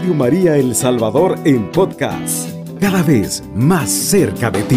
Radio María El Salvador en podcast, cada vez más cerca de ti.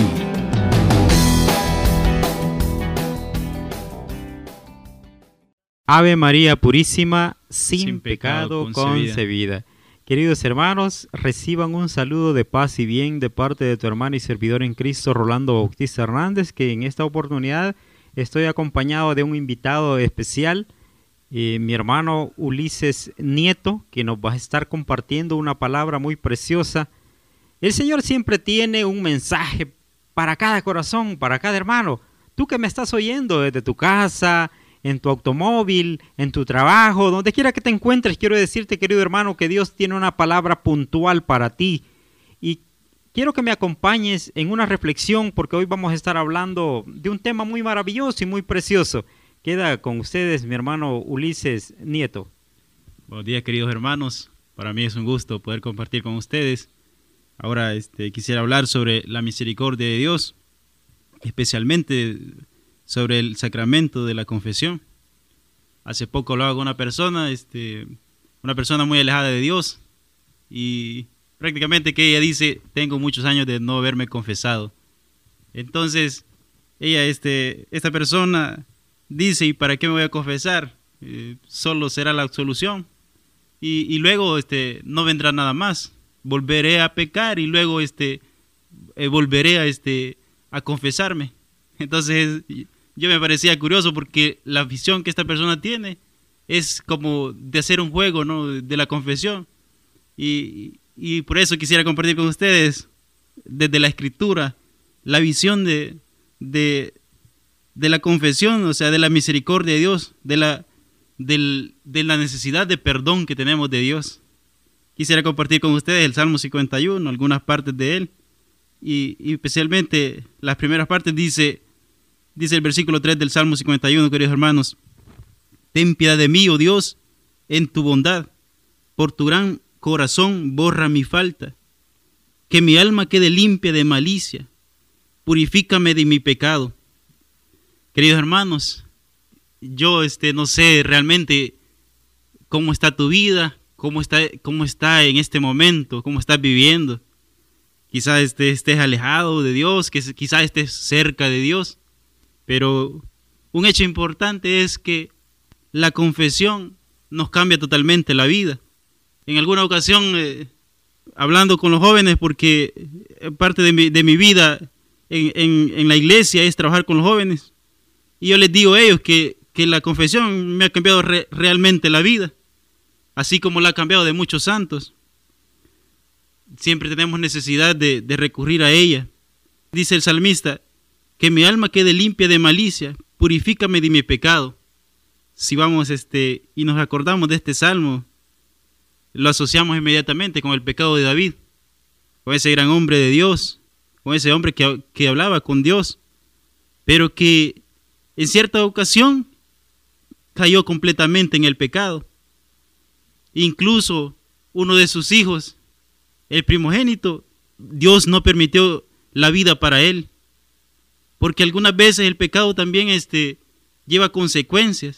Ave María Purísima, sin pecado concebida. Queridos hermanos, reciban un saludo de paz y bien de parte de tu hermano y servidor en Cristo, Rolando Bautista Hernández, que en esta oportunidad estoy acompañado de un invitado especial, mi hermano Ulises Nieto, que nos va a estar compartiendo una palabra muy preciosa. El Señor siempre tiene un mensaje para cada corazón, para cada hermano. Tú que me estás oyendo desde tu casa, en tu automóvil, en tu trabajo, donde quiera que te encuentres, quiero decirte, querido hermano, que Dios tiene una palabra puntual para ti. Y quiero que me acompañes en una reflexión, porque hoy vamos a estar hablando de un tema muy maravilloso y muy precioso. Queda con ustedes mi hermano Ulises Nieto. Buenos días, queridos hermanos. Para mí es un gusto poder compartir con ustedes. Ahora quisiera hablar sobre la misericordia de Dios, especialmente sobre el sacramento de la confesión. Hace poco hablaba con una persona muy alejada de Dios, y prácticamente que ella dice: tengo muchos años de no haberme confesado. Entonces esta persona dice: ¿y para qué me voy a confesar? Solo será la absolución, y luego no vendrá nada más. Volveré a pecar y luego volveré a confesarme. Entonces yo me parecía curioso, porque la visión que esta persona tiene es como de hacer un juego, ¿no?, de la confesión, y por eso quisiera compartir con ustedes desde la Escritura la visión de la confesión, o sea, de la misericordia de Dios, de la necesidad de perdón que tenemos de Dios. Quisiera compartir con ustedes el Salmo 51, algunas partes de él, y especialmente las primeras partes. Dice el versículo 3 del Salmo 51, queridos hermanos: ten piedad de mí, oh Dios, en tu bondad, por tu gran corazón borra mi falta, que mi alma quede limpia de malicia, purifícame de mi pecado. Queridos hermanos, yo no sé realmente cómo está tu vida, cómo está en este momento, cómo estás viviendo. Quizás estés alejado de Dios, quizás estés cerca de Dios, pero un hecho importante es que la confesión nos cambia totalmente la vida. En alguna ocasión, hablando con los jóvenes, porque parte de mi vida en la iglesia es trabajar con los jóvenes, y yo les digo a ellos que la confesión me ha cambiado realmente la vida, así como la ha cambiado de muchos santos. Siempre tenemos necesidad de recurrir a ella. Dice el salmista: que mi alma quede limpia de malicia, purifícame de mi pecado. Si vamos y nos acordamos de este salmo, lo asociamos inmediatamente con el pecado de David, con ese gran hombre de Dios, con ese hombre que hablaba con Dios, pero que en cierta ocasión cayó completamente en el pecado. Incluso uno de sus hijos, el primogénito, Dios no permitió la vida para él, porque algunas veces el pecado también lleva consecuencias.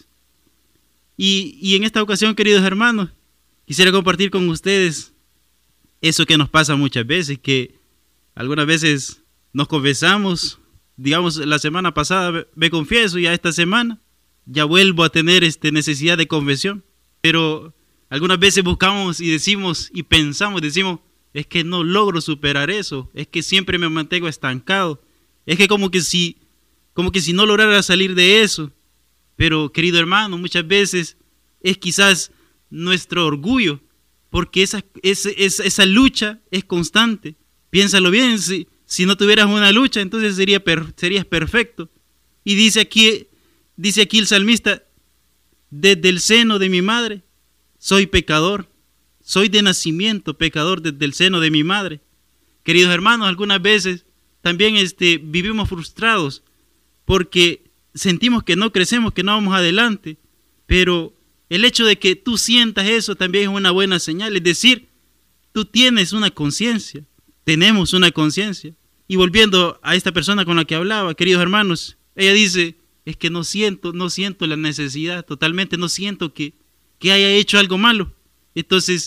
Y en esta ocasión, queridos hermanos, quisiera compartir con ustedes eso que nos pasa muchas veces, que algunas veces nos confesamos. Digamos, la semana pasada me confieso, y esta semana ya vuelvo a tener necesidad de confesión. Pero algunas veces buscamos y decimos y pensamos, es que no logro superar eso, es que siempre me mantengo estancado, es que como que si no lograra salir de eso. Pero, querido hermano, muchas veces es quizás nuestro orgullo, porque esa lucha es constante. Piénsalo bien, si no tuvieras una lucha, entonces serías perfecto. Y dice aquí el salmista: desde el seno de mi madre soy pecador, soy de nacimiento pecador desde el seno de mi madre. Queridos hermanos, algunas veces también vivimos frustrados porque sentimos que no crecemos, que no vamos adelante, pero el hecho de que tú sientas eso también es una buena señal. Es decir, tú tienes una conciencia, tenemos una conciencia. Y volviendo a esta persona con la que hablaba, queridos hermanos, ella dice: es que no siento la necesidad, totalmente no siento que haya hecho algo malo. Entonces,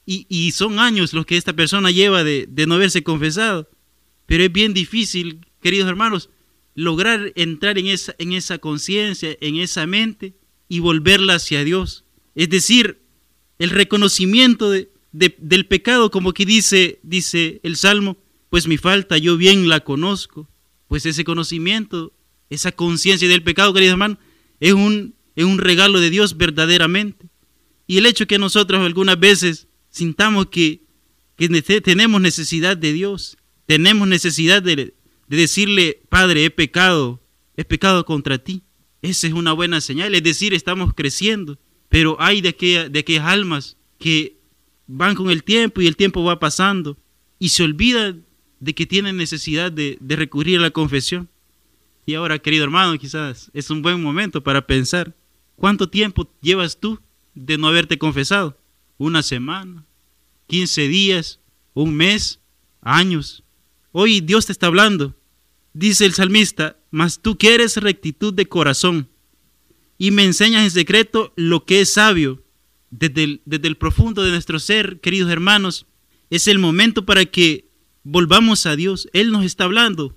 y son años los que esta persona lleva de no haberse confesado. Pero es bien difícil, queridos hermanos, lograr entrar en esa conciencia, en esa mente y volverla hacia Dios. Es decir, el reconocimiento del pecado, como que dice el Salmo, pues mi falta yo bien la conozco. Pues ese conocimiento, esa conciencia del pecado, queridos hermanos, es un regalo de Dios verdaderamente. Y el hecho que nosotros algunas veces sintamos que tenemos necesidad de Dios, tenemos necesidad de decirle, Padre, he pecado contra ti. Esa es una buena señal, es decir, estamos creciendo. Pero hay de aquellas almas que van con el tiempo y el tiempo va pasando y se olvidan de que tienen necesidad de recurrir a la confesión. Y ahora, querido hermano, quizás es un buen momento para pensar, ¿cuánto tiempo llevas tú de no haberte confesado? ¿Una semana? ¿15 días? ¿Un mes? ¿Años? Hoy Dios te está hablando. Dice el salmista, mas tú quieres rectitud de corazón y me enseñas en secreto lo que es sabio. Desde el profundo de nuestro ser, queridos hermanos, es el momento para que volvamos a Dios. Él nos está hablando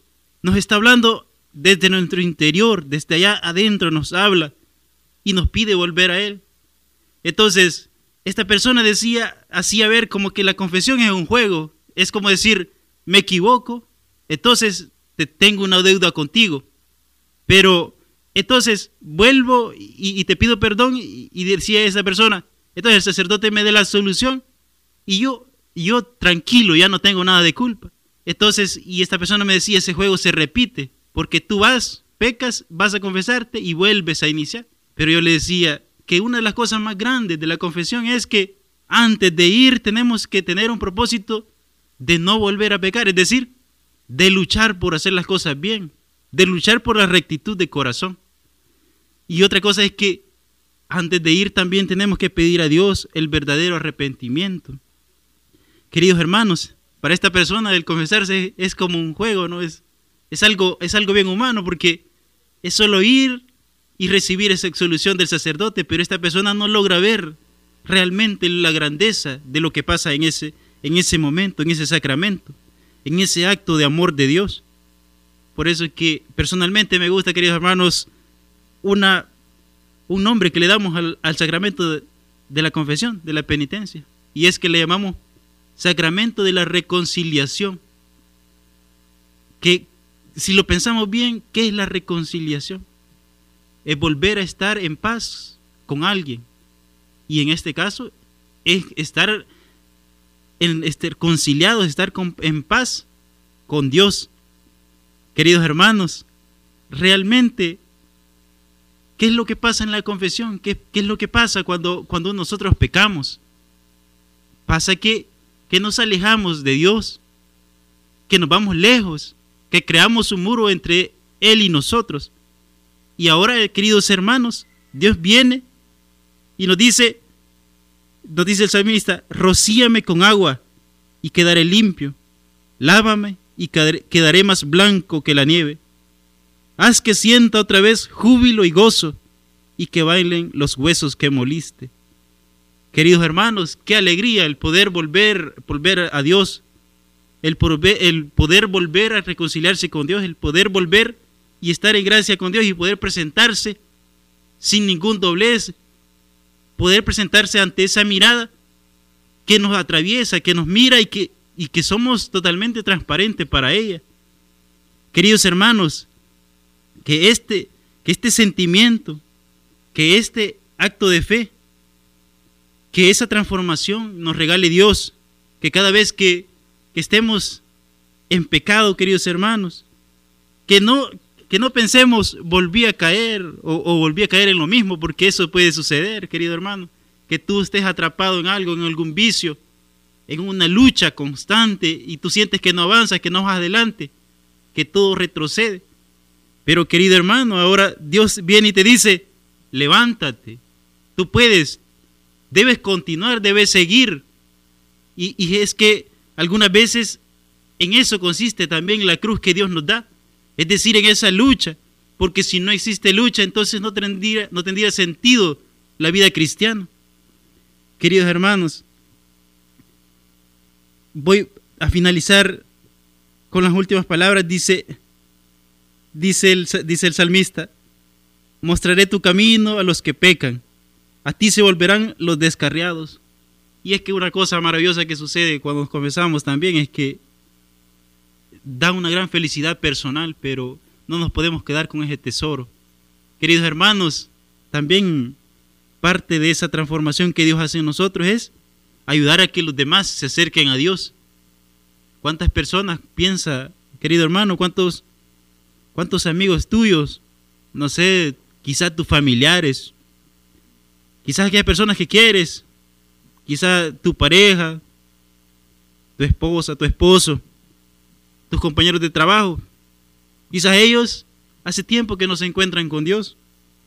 desde nuestro interior, desde allá adentro nos habla y nos pide volver a Él. Entonces, esta persona hacía ver como que la confesión es un juego, es como decir, me equivoco, entonces tengo una deuda contigo, pero entonces vuelvo y te pido perdón y decía esa persona, entonces el sacerdote me dé la solución y yo tranquilo, ya no tengo nada de culpa. Entonces, y esta persona me decía, ese juego se repite, porque tú pecas, vas a confesarte y vuelves a iniciar. Pero yo le decía que una de las cosas más grandes de la confesión es que antes de ir tenemos que tener un propósito de no volver a pecar, es decir, de luchar por hacer las cosas bien, de luchar por la rectitud de corazón. Y otra cosa es que antes de ir también tenemos que pedir a Dios el verdadero arrepentimiento. Queridos hermanos, para esta persona el confesarse es como un juego, ¿no? Es algo bien humano, porque es solo ir y recibir esa absolución del sacerdote, pero esta persona no logra ver realmente la grandeza de lo que pasa en ese momento, en ese sacramento, en ese acto de amor de Dios. Por eso es que personalmente me gusta, queridos hermanos, un nombre que le damos al sacramento de la confesión, de la penitencia, y es que le llamamos sacramento de la reconciliación. Que si lo pensamos bien, ¿qué es la reconciliación? Es volver a estar en paz con alguien, y en este caso es estar conciliados, estar en paz con Dios. Queridos hermanos, realmente, ¿qué es lo que pasa en la confesión? ¿Qué es lo que pasa cuando nosotros pecamos? Pasa que nos alejamos de Dios, que nos vamos lejos, que creamos un muro entre Él y nosotros. Y ahora, queridos hermanos, Dios viene y nos dice el salmista, rocíame con agua y quedaré limpio, lávame y quedaré más blanco que la nieve. Haz que sienta otra vez júbilo y gozo y que bailen los huesos que moliste. Queridos hermanos, qué alegría el poder volver a Dios, el poder volver a reconciliarse con Dios, el poder volver y estar en gracia con Dios y poder presentarse sin ningún doblez, poder presentarse ante esa mirada que nos atraviesa, que nos mira y que somos totalmente transparentes para ella. Queridos hermanos, que este sentimiento, que este acto de fe, que esa transformación nos regale Dios, que cada vez que estemos en pecado, queridos hermanos, que no pensemos volví a caer o volví a caer en lo mismo, porque eso puede suceder, querido hermano, que tú estés atrapado en algo, en algún vicio, en una lucha constante y tú sientes que no avanzas, que no vas adelante, que todo retrocede. Pero querido hermano, ahora Dios viene y te dice, levántate, tú puedes, debes continuar, debes seguir. Y es que algunas veces en eso consiste también la cruz que Dios nos da, es decir, en esa lucha, porque si no existe lucha, entonces no tendría sentido la vida cristiana. Queridos hermanos, voy a finalizar con las últimas palabras. Dice el salmista: mostraré tu camino a los que pecan, a ti se volverán los descarriados. Y es que una cosa maravillosa que sucede cuando nos confesamos también es que da una gran felicidad personal, pero no nos podemos quedar con ese tesoro. Queridos hermanos, también parte de esa transformación que Dios hace en nosotros es ayudar a que los demás se acerquen a Dios. ¿Cuántas personas piensa, querido hermano, cuántos amigos tuyos, no sé, quizás tus familiares, quizás aquellas personas que quieres, quizás tu pareja, tu esposa, tu esposo, tus compañeros de trabajo, quizás ellos hace tiempo que no se encuentran con Dios,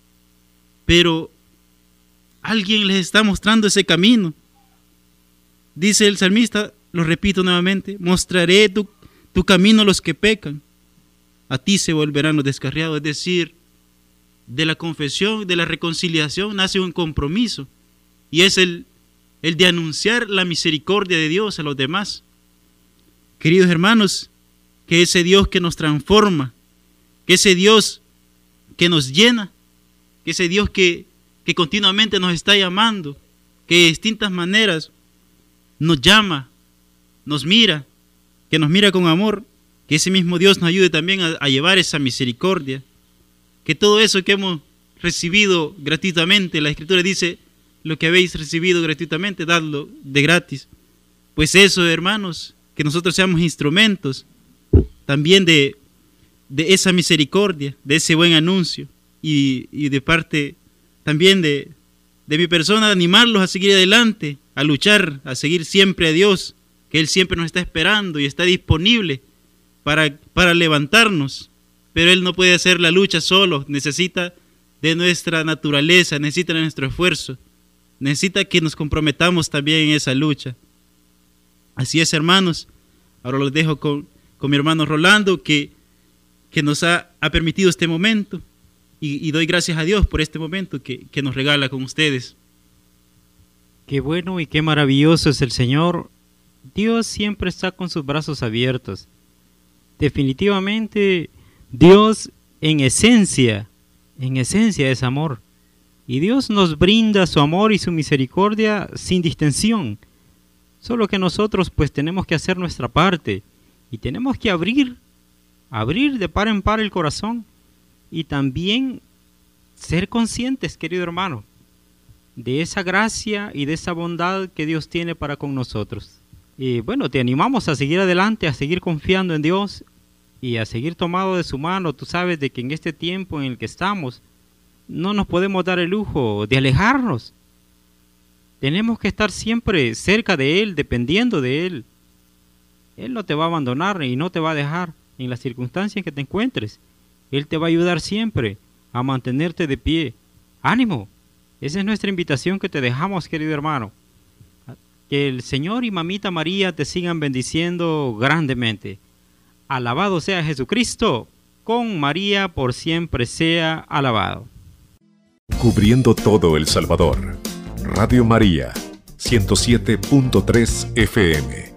pero alguien les está mostrando ese camino. Dice el salmista, lo repito nuevamente: mostraré tu camino a los que pecan, a ti se volverán los descarriados. Es decir, de la confesión, de la reconciliación nace un compromiso, y es el de anunciar la misericordia de Dios a los demás. Queridos hermanos, que ese Dios que nos transforma, que ese Dios que nos llena, que ese Dios que continuamente nos está llamando, que de distintas maneras nos llama, nos mira, que nos mira con amor, que ese mismo Dios nos ayude también a llevar esa misericordia, que todo eso que hemos recibido gratuitamente, la Escritura dice: lo que habéis recibido gratuitamente, dadlo de gratis. Pues eso, hermanos, que nosotros seamos instrumentos también de esa misericordia, de ese buen anuncio, y de parte también de mi persona, animarlos a seguir adelante, a luchar, a seguir siempre a Dios, que Él siempre nos está esperando y está disponible para levantarnos, pero Él no puede hacer la lucha solo, necesita de nuestra naturaleza, necesita de nuestro esfuerzo, necesita que nos comprometamos también en esa lucha. Así es, hermanos. Ahora los dejo con mi hermano Rolando, que nos ha permitido este momento, y doy gracias a Dios por este momento que nos regala con ustedes. Qué bueno y qué maravilloso es el Señor. Dios siempre está con sus brazos abiertos. Definitivamente, Dios en esencia es amor. Y Dios nos brinda su amor y su misericordia sin distensión. Solo que nosotros pues tenemos que hacer nuestra parte. Y tenemos que abrir de par en par el corazón. Y también ser conscientes, querido hermano, de esa gracia y de esa bondad que Dios tiene para con nosotros. Y bueno, te animamos a seguir adelante, a seguir confiando en Dios y a seguir tomado de su mano. Tú sabes de que en este tiempo en el que estamos, no nos podemos dar el lujo de alejarnos. Tenemos que estar siempre cerca de Él, dependiendo de Él. Él no te va a abandonar y no te va a dejar en las circunstancias en que te encuentres. Él te va a ayudar siempre a mantenerte de pie. ¡Ánimo! Esa es nuestra invitación que te dejamos, querido hermano. Que el Señor y Mamita María te sigan bendiciendo grandemente. Alabado sea Jesucristo. Con María por siempre sea alabado. Cubriendo todo El Salvador. Radio María, 107.3 FM.